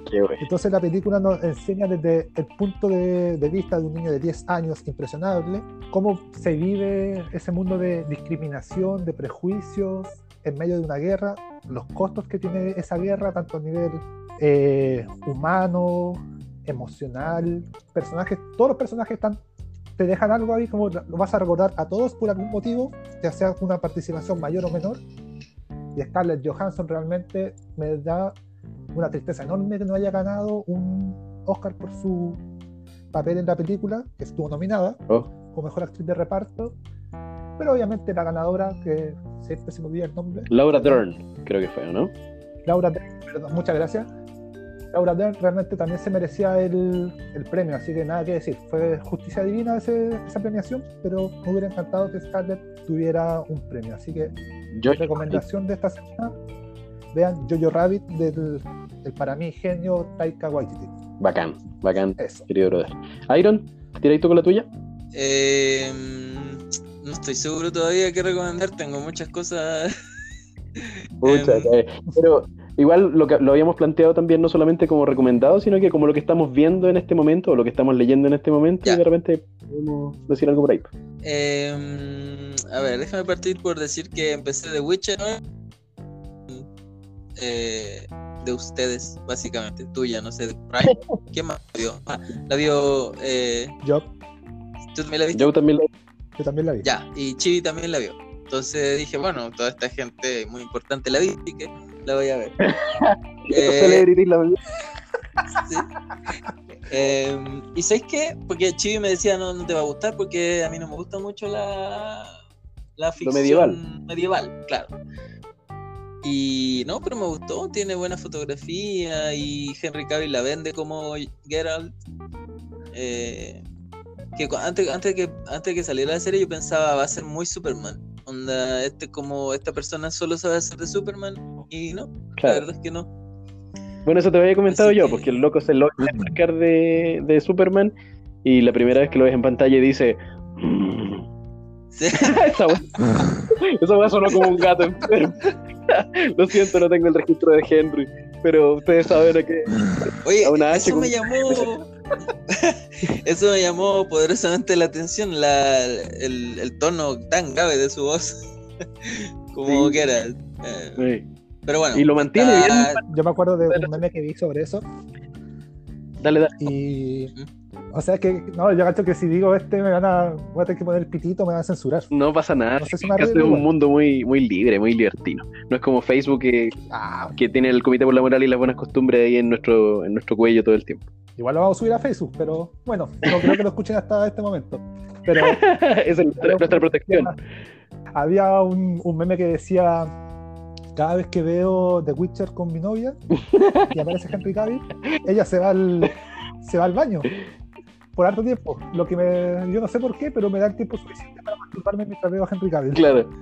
Speaker 3: Entonces la película nos enseña desde el punto de vista de un niño de 10 años impresionable, cómo se vive ese mundo de discriminación, de prejuicios en medio de una guerra, los costos que tiene esa guerra, tanto a nivel humano, emocional, todos los personajes te dejan algo ahí, como lo vas a recordar a todos por algún motivo, ya sea una participación mayor o menor. Y Scarlett Johansson realmente me da una tristeza enorme que no haya ganado un Oscar por su papel en la película, que estuvo nominada como mejor actriz de reparto, pero obviamente la ganadora, que siempre se me olvida el nombre,
Speaker 1: Laura Dern, creo que fue, ¿no?
Speaker 3: Laura Dern, perdón, muchas gracias. Laura Dern realmente también se merecía el premio, así que nada que decir, fue justicia divina esa premiación, pero me hubiera encantado que Scarlett tuviera un premio, así que recomendación de esta semana, vean Jojo Rabbit del para mí genio Taika Waititi.
Speaker 1: Bacán, eso. Querido brother. Iron, ¿tiráis tú con la tuya?
Speaker 2: No estoy seguro todavía qué recomendar, tengo muchas cosas.
Speaker 1: Pero igual lo habíamos planteado también no solamente como recomendado, sino que como lo que estamos viendo en este momento o lo que estamos leyendo en este momento, y de repente podemos decir algo por ahí.
Speaker 2: A ver, déjame partir por decir que empecé The Witcher, de ustedes, básicamente, tuya, no sé, de Prime. ¿Quién más la vio? La vio
Speaker 3: yo.
Speaker 2: ¿Tú también la viste?
Speaker 1: Yo también
Speaker 3: la vi.
Speaker 2: Ya, y Chibi también la vio. Entonces dije, bueno, toda esta gente muy importante la vi, así que la voy a ver. Sí. ¿Y sabes qué? Porque Chibi me decía, no te va a gustar porque a mí no me gusta mucho la ficción medieval, claro. Y no, pero me gustó, tiene buena fotografía y Henry Cavill la vende como Geralt. Que antes que saliera la serie yo pensaba va a ser muy Superman. Onda, como esta persona solo sabe hacer de Superman y no, claro. La verdad es que no.
Speaker 1: Bueno, eso te había comentado yo, porque el loco se logra marcar de Superman y la primera vez que lo ves en pantalla dice
Speaker 2: ¿sí?
Speaker 1: Esa weá sonó como un gato enfermo. Lo siento, no tengo el registro de Henry, pero ustedes saben a qué.
Speaker 2: Oye, eso me llamó poderosamente la atención, el tono tan grave de su voz. Como sí. Que era.
Speaker 1: Sí.
Speaker 2: Pero bueno.
Speaker 1: Y lo mantiene bien.
Speaker 3: Yo me acuerdo de un meme que vi sobre eso.
Speaker 1: Dale.
Speaker 3: Y. O sea que, no, yo cacho que si digo voy a tener que poner el pitito, me van a censurar.
Speaker 1: No pasa nada,
Speaker 3: no sé si
Speaker 1: es un mundo muy, muy libre, muy libertino. No es como Facebook que tiene el Comité por la Moral y las Buenas Costumbres ahí en nuestro cuello todo el tiempo.
Speaker 3: Igual lo vamos a subir a Facebook, pero bueno, no creo que lo escuchen hasta este momento. Pero
Speaker 1: esa es nuestra protección.
Speaker 3: Había un meme que decía: cada vez que veo The Witcher con mi novia y aparece Henry Cavill, ella se va al baño por harto tiempo, yo no sé por qué, pero me da el tiempo suficiente para masturbarme mientras veo a Henry Cavill.
Speaker 1: Claro.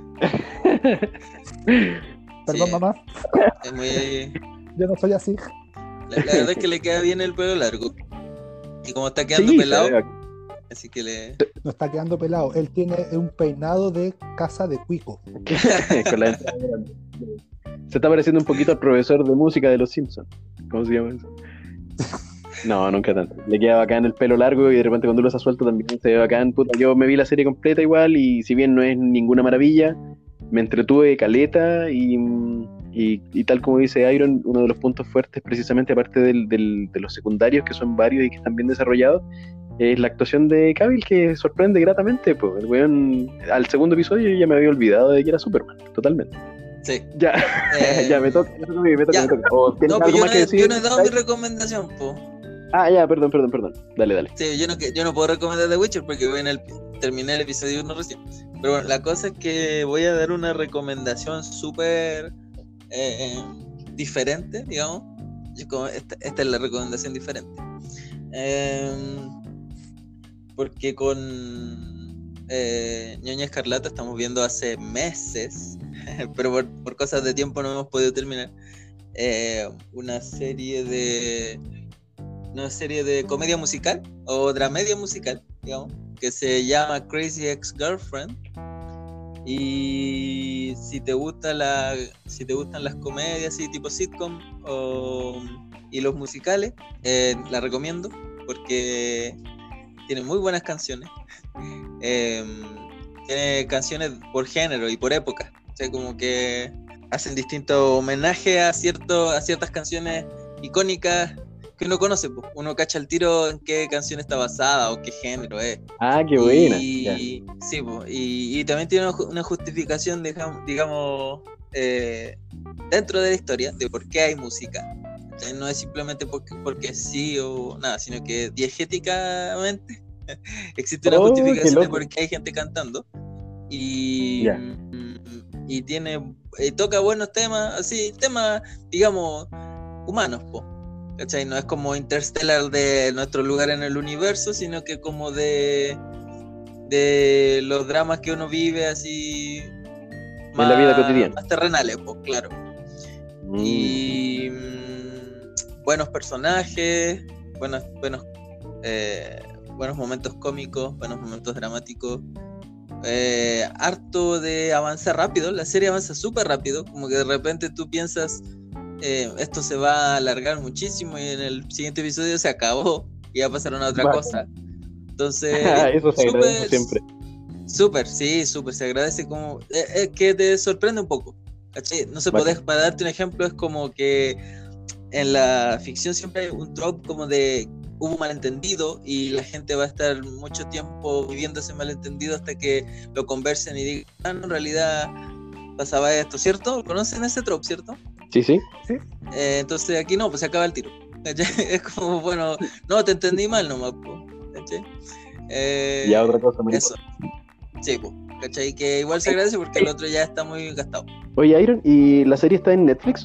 Speaker 3: Perdón, sí. Mamá.
Speaker 2: Es muy...
Speaker 3: Yo no soy así.
Speaker 2: La verdad es que le queda bien el pelo largo. Y como está quedando pelado, así que
Speaker 3: no está quedando pelado. Él tiene un peinado de casa de cuico.
Speaker 1: Con la se está pareciendo un poquito al profesor de música de los Simpsons. ¿Cómo se llama eso? No, nunca tanto. Le queda bacán el pelo largo y de repente cuando lo se suelto también se ve bacán. Puta, yo me vi la serie completa igual y si bien no es ninguna maravilla, me entretuve caleta y tal como dice Iron, uno de los puntos fuertes precisamente aparte de los secundarios que son varios y que están bien desarrollados es la actuación de Cavill, que sorprende gratamente. Pues el weón al segundo episodio ya me había olvidado de que era Superman, totalmente.
Speaker 2: Sí.
Speaker 1: Ya, ya me toca.
Speaker 2: No, pues yo no he dado mi recomendación, po.
Speaker 1: Ya, perdón. Dale.
Speaker 2: Sí, yo no puedo recomendar The Witcher porque terminé el episodio 1 recién. Pero bueno, la cosa es que voy a dar una recomendación súper diferente, digamos. Esta es la recomendación diferente. Porque con Ñoña Escarlata estamos viendo hace meses, pero por cosas de tiempo no hemos podido terminar, una serie de comedia musical o dramedia musical, digamos, que se llama Crazy Ex-Girlfriend Y si te gustan las comedias así tipo sitcom y los musicales, la recomiendo porque tiene muy buenas canciones. Tiene canciones por género y por época. O sea, como que hacen distinto homenaje a ciertas canciones icónicas que uno conoce, pues. Uno cacha el tiro en qué canción está basada o qué género es.
Speaker 1: Ah, qué buena.
Speaker 2: Sí, pues, y también tiene una justificación, digamos, dentro de la historia de por qué hay música. O sea, no es simplemente porque sí o nada, sino que diegéticamente existe una justificación de por qué hay gente cantando. Y toca buenos temas, así, temas, digamos, humanos, po. ¿Cachai? No es como Interstellar de nuestro lugar en el universo, sino que como de los dramas que uno vive así más,
Speaker 1: en la vida cotidiana,
Speaker 2: más terrenales, pues, claro. Y buenos personajes, buenos momentos cómicos, buenos momentos dramáticos, harto de avanzar rápido. La serie avanza súper rápido, como que de repente tú piensas esto se va a alargar muchísimo y en el siguiente episodio se acabó y ya pasaron a otra cosa. Entonces
Speaker 1: eso se agradece siempre.
Speaker 2: Súper se agradece, como es que te sorprende un poco, ¿cachai? No sé, para darte un ejemplo, es como que en la ficción siempre hay un trope como de hubo un malentendido y la gente va a estar mucho tiempo viviendo ese malentendido hasta que lo conversen y digan, no, en realidad pasaba esto, ¿cierto? ¿Conocen ese trope, cierto?
Speaker 1: Sí.
Speaker 2: Entonces aquí no, pues se acaba el tiro. Es como, bueno, no, te entendí mal nomás, ¿cachai?
Speaker 1: Ya otra cosa,
Speaker 2: eso. Sí, pues, ¿cachai? Que igual se agradece porque el otro ya está muy gastado.
Speaker 1: Oye, Iron, ¿y la serie está en Netflix?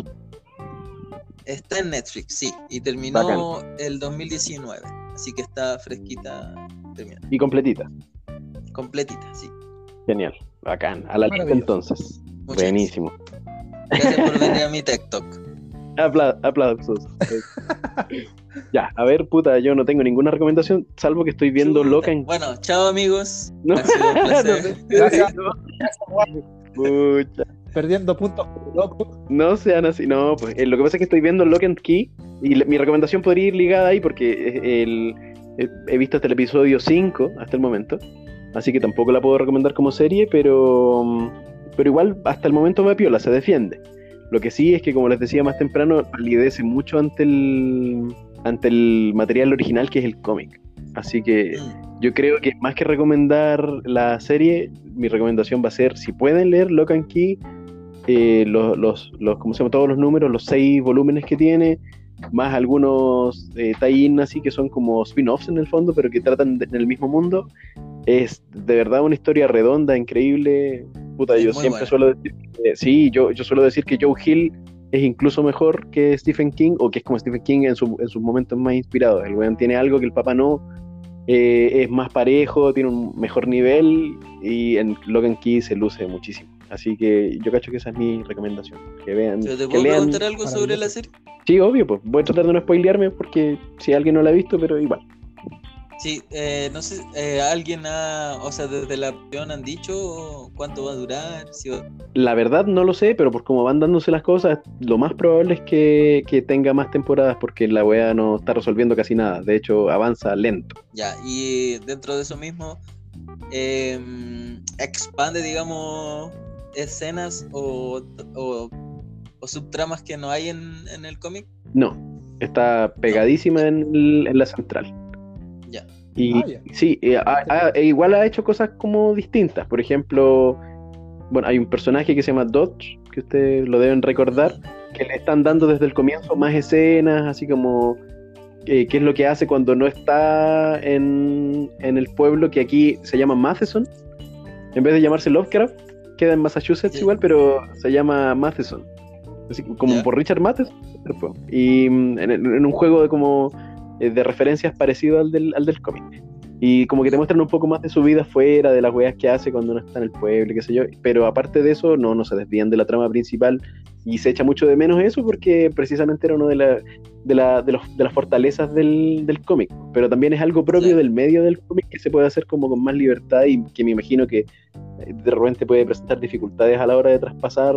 Speaker 2: Está en Netflix, sí, y terminó el 2019, así que está fresquita terminada.
Speaker 1: Y completita.
Speaker 2: Completita, sí.
Speaker 1: Genial, bacán. A la lista entonces.
Speaker 2: Muchas
Speaker 1: buenísimo.
Speaker 2: Gracias por venir a mi TikTok.
Speaker 1: Aplausos. Ya, a ver, puta, yo no tengo ninguna recomendación, salvo que estoy viendo Locan.
Speaker 2: Bueno, chao amigos.
Speaker 1: No.
Speaker 2: Ha sido un placer.
Speaker 3: Gracias.
Speaker 1: Pucha.
Speaker 3: Perdiendo puntos, loco.
Speaker 1: No sean así, no, pues lo que pasa es que estoy viendo Lock and Key y mi recomendación podría ir ligada ahí porque he visto hasta el episodio 5 hasta el momento, así que tampoco la puedo recomendar como serie, pero igual hasta el momento va piola, se defiende. Lo que sí es que, como les decía más temprano, palidece mucho ante el material original, que es el cómic. Así que yo creo que más que recomendar la serie, mi recomendación va a ser, si pueden leer Lock and Key, ¿cómo se llama? Todos los números, los 6 volúmenes que tiene, más algunos tie-in así que son como spin-offs en el fondo, pero que tratan en el mismo mundo. Es de verdad una historia redonda, increíble. Puta, yo siempre suelo decir yo suelo decir que Joe Hill es incluso mejor que Stephen King, o que es como Stephen King en sus momentos más inspirados. El weón tiene algo que el papá no, es más parejo, tiene un mejor nivel, y en Lock and Key se luce muchísimo. Así que yo cacho que esa es mi recomendación. Que vean.
Speaker 2: ¿Pero te puedo preguntar algo sobre la serie?
Speaker 1: Sí, obvio, pues. Voy a tratar de no spoilearme porque si alguien no la ha visto, pero igual.
Speaker 2: Sí, no sé, alguien o sea, desde la producción han dicho cuánto va a durar.
Speaker 1: La verdad no lo sé, pero por cómo van dándose las cosas, lo más probable es que tenga más temporadas porque la wea no está resolviendo casi nada. De hecho, avanza lento.
Speaker 2: Ya, y dentro de eso mismo, expande, digamos, escenas o subtramas que no hay en el cómic.
Speaker 1: No, está pegadísima en la central.
Speaker 2: Ya.
Speaker 1: Y sí, igual ha hecho cosas como distintas. Por ejemplo, bueno, hay un personaje que se llama Dodge, que ustedes lo deben recordar, que le están dando desde el comienzo más escenas, así como qué es lo que hace cuando no está en el pueblo, que aquí se llama Matheson, en vez de llamarse Lovecraft, queda en Massachusetts igual, pero se llama Matheson, así como por Richard Matheson. Y en un juego de referencias parecido al del cómic. Y como que te muestran un poco más de su vida fuera, de las weas que hace cuando no está en el pueblo, qué sé yo. Pero aparte de eso, no se desvían de la trama principal y se echa mucho de menos eso porque precisamente era uno de las fortalezas del cómic. Pero también es algo propio del medio del cómic que se puede hacer como con más libertad y que me imagino que de repente puede presentar dificultades a la hora de traspasar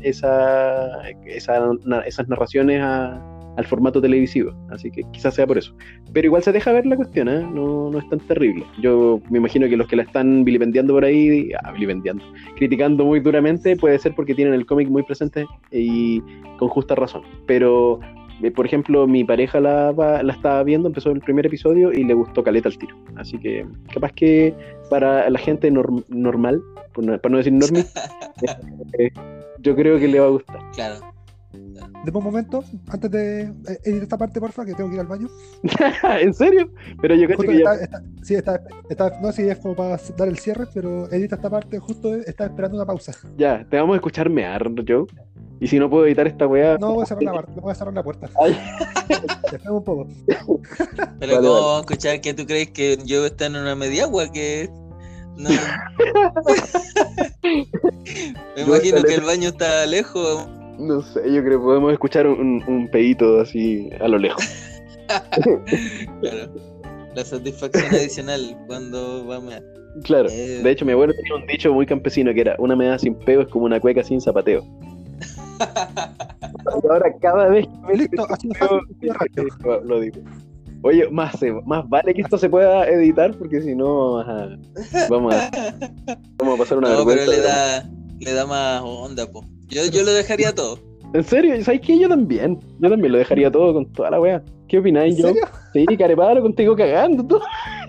Speaker 1: esas narraciones al formato televisivo, así que quizás sea por eso. Pero igual se deja ver la cuestión, ¿eh? No es tan terrible. Yo me imagino que los que la están vilipendiando por ahí, criticando muy duramente, puede ser porque tienen el cómic muy presente y con justa razón. Pero, por ejemplo, mi pareja la estaba viendo, empezó el primer episodio y le gustó caleta al tiro. Así que capaz que para la gente normal, para no decir normie, yo creo que le va a gustar.
Speaker 2: Claro.
Speaker 3: De un momento, antes de editar esta parte, porfa, que tengo que ir al baño.
Speaker 1: ¿En serio? Pero yo creo que ya...
Speaker 3: no, sí, es como para dar el cierre, pero edita esta parte, justo estaba esperando una pausa.
Speaker 1: Ya, te vamos a escuchar mear, Joe. Y si no puedo editar esta weá...
Speaker 3: No, voy a cerrar la puerta. Espera un poco.
Speaker 2: Pero ¿cómo vamos a escuchar que tú crees que yo está en una mediagua? Que no. Me imagino que el baño está lejos.
Speaker 1: No sé, yo creo que podemos escuchar un pedito así a lo lejos.
Speaker 2: Claro, la satisfacción adicional cuando va a mear.
Speaker 1: Claro, de hecho mi abuelo tenía un dicho muy campesino que era: una meada sin peo es como una cueca sin zapateo. Y ahora cada vez que
Speaker 3: listo, así
Speaker 1: lo digo. Oye, más vale que esto se pueda editar, porque si no vamos a pasar una vergüenza.
Speaker 2: No, pero le da más onda, po. Yo lo dejaría todo.
Speaker 1: ¿En serio? ¿Sabes qué? Yo también lo dejaría todo con toda la wea. ¿Qué opináis, yo? Sí, carepalo, contigo cagando tú.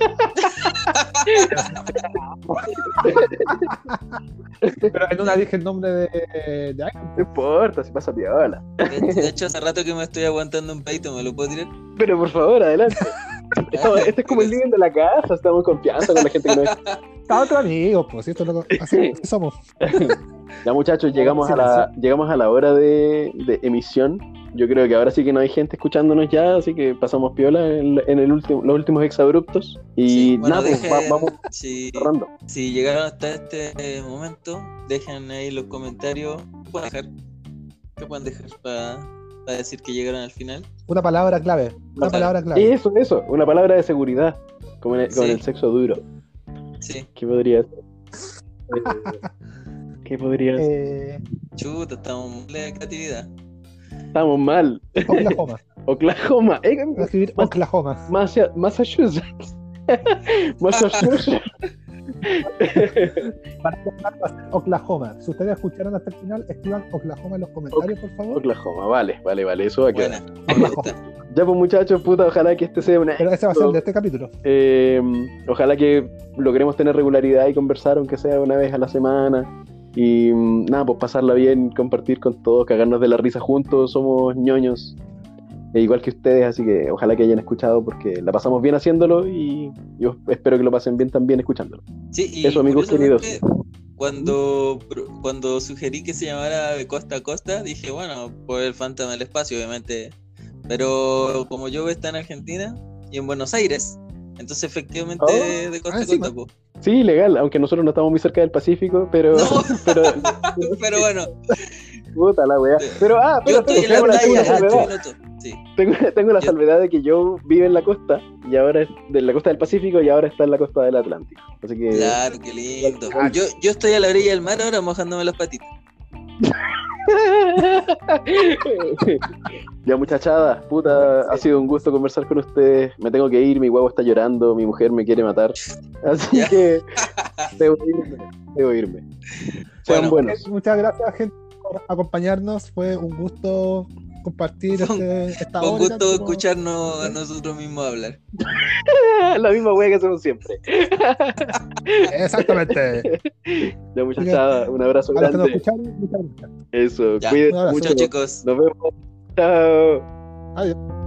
Speaker 3: Pero en una dije el nombre de
Speaker 1: Iron. No importa, si pasa piola.
Speaker 2: De hecho, hace rato que me estoy aguantando un peito, ¿me lo puedo tirar?
Speaker 1: Pero por favor, adelante. Este es como el living de la casa, estamos en confianza con la gente que nos está.
Speaker 3: Está otro amigo, pues, esto es lo que así somos.
Speaker 1: Ya, muchachos, llegamos a la hora de emisión. Yo creo que ahora sí que no hay gente escuchándonos ya, así que pasamos piola en los últimos exabruptos. Y
Speaker 2: sí, bueno,
Speaker 1: nada, vamos cerrando.
Speaker 2: Si llegaron hasta este momento, dejen ahí los comentarios. ¿Qué pueden dejar para decir que llegaron al final?
Speaker 3: Una palabra clave.
Speaker 1: Eso, una palabra de seguridad, como en el sexo duro.
Speaker 2: Sí.
Speaker 1: ¿Qué podría ser? ¿Qué podría ser?
Speaker 2: Chuta, estamos mal de creatividad.
Speaker 1: Estamos mal. Oklahoma.
Speaker 3: Escribir Oklahoma.
Speaker 1: Massachusetts. Massachusetts.
Speaker 3: Oklahoma. Si ustedes escucharon hasta el final, escriban Oklahoma en los comentarios, por favor.
Speaker 1: Oklahoma, vale. Eso va a quedar.
Speaker 3: Oklahoma.
Speaker 1: Ya pues, muchachos, ojalá que este sea una...
Speaker 3: Pero ese va a ser el de este capítulo.
Speaker 1: Ojalá que logremos tener regularidad y conversar, aunque sea una vez a la semana. Y nada, pues pasarla bien, compartir con todos, cagarnos de la risa juntos. Somos ñoños, igual que ustedes, así que ojalá que hayan escuchado, porque la pasamos bien haciéndolo y yo espero que lo pasen bien también escuchándolo.
Speaker 2: Sí, y
Speaker 1: eso, amigos queridos.
Speaker 2: Cuando sugerí que se llamara De Costa a Costa, dije, bueno, por el fantasma del espacio, obviamente. Pero como yo está en Argentina y en Buenos Aires, entonces efectivamente de costa a costa, po.
Speaker 1: Sí, legal, aunque nosotros no estamos muy cerca del Pacífico, pero...
Speaker 2: No. pero bueno.
Speaker 1: Puta la weá. Pero,
Speaker 2: yo estoy en la playa, sí.
Speaker 1: Tengo la salvedad de que yo vivo en la costa, y ahora es de la costa del Pacífico, y ahora está en la costa del Atlántico. Así que...
Speaker 2: Claro, qué lindo. Yo estoy a la orilla del mar ahora mojándome las patitas.
Speaker 1: Ya, muchachada, puta, ha sido un gusto conversar con ustedes. Me tengo que ir, mi huevo está llorando, mi mujer me quiere matar, así que debo irme. Sean buenos.
Speaker 3: Muchas gracias, gente, por acompañarnos. Fue un gusto compartir esta hora.
Speaker 2: Un gusto escucharnos a nosotros mismos hablar.
Speaker 1: La misma wea que hacemos siempre.
Speaker 3: Exactamente.
Speaker 1: Ya, muchachada, un abrazo grande.
Speaker 3: Muchas gracias.
Speaker 1: Eso,
Speaker 2: ya,
Speaker 1: cuídense
Speaker 2: mucho, chicos.
Speaker 1: Nos vemos. Chao.
Speaker 3: Adiós.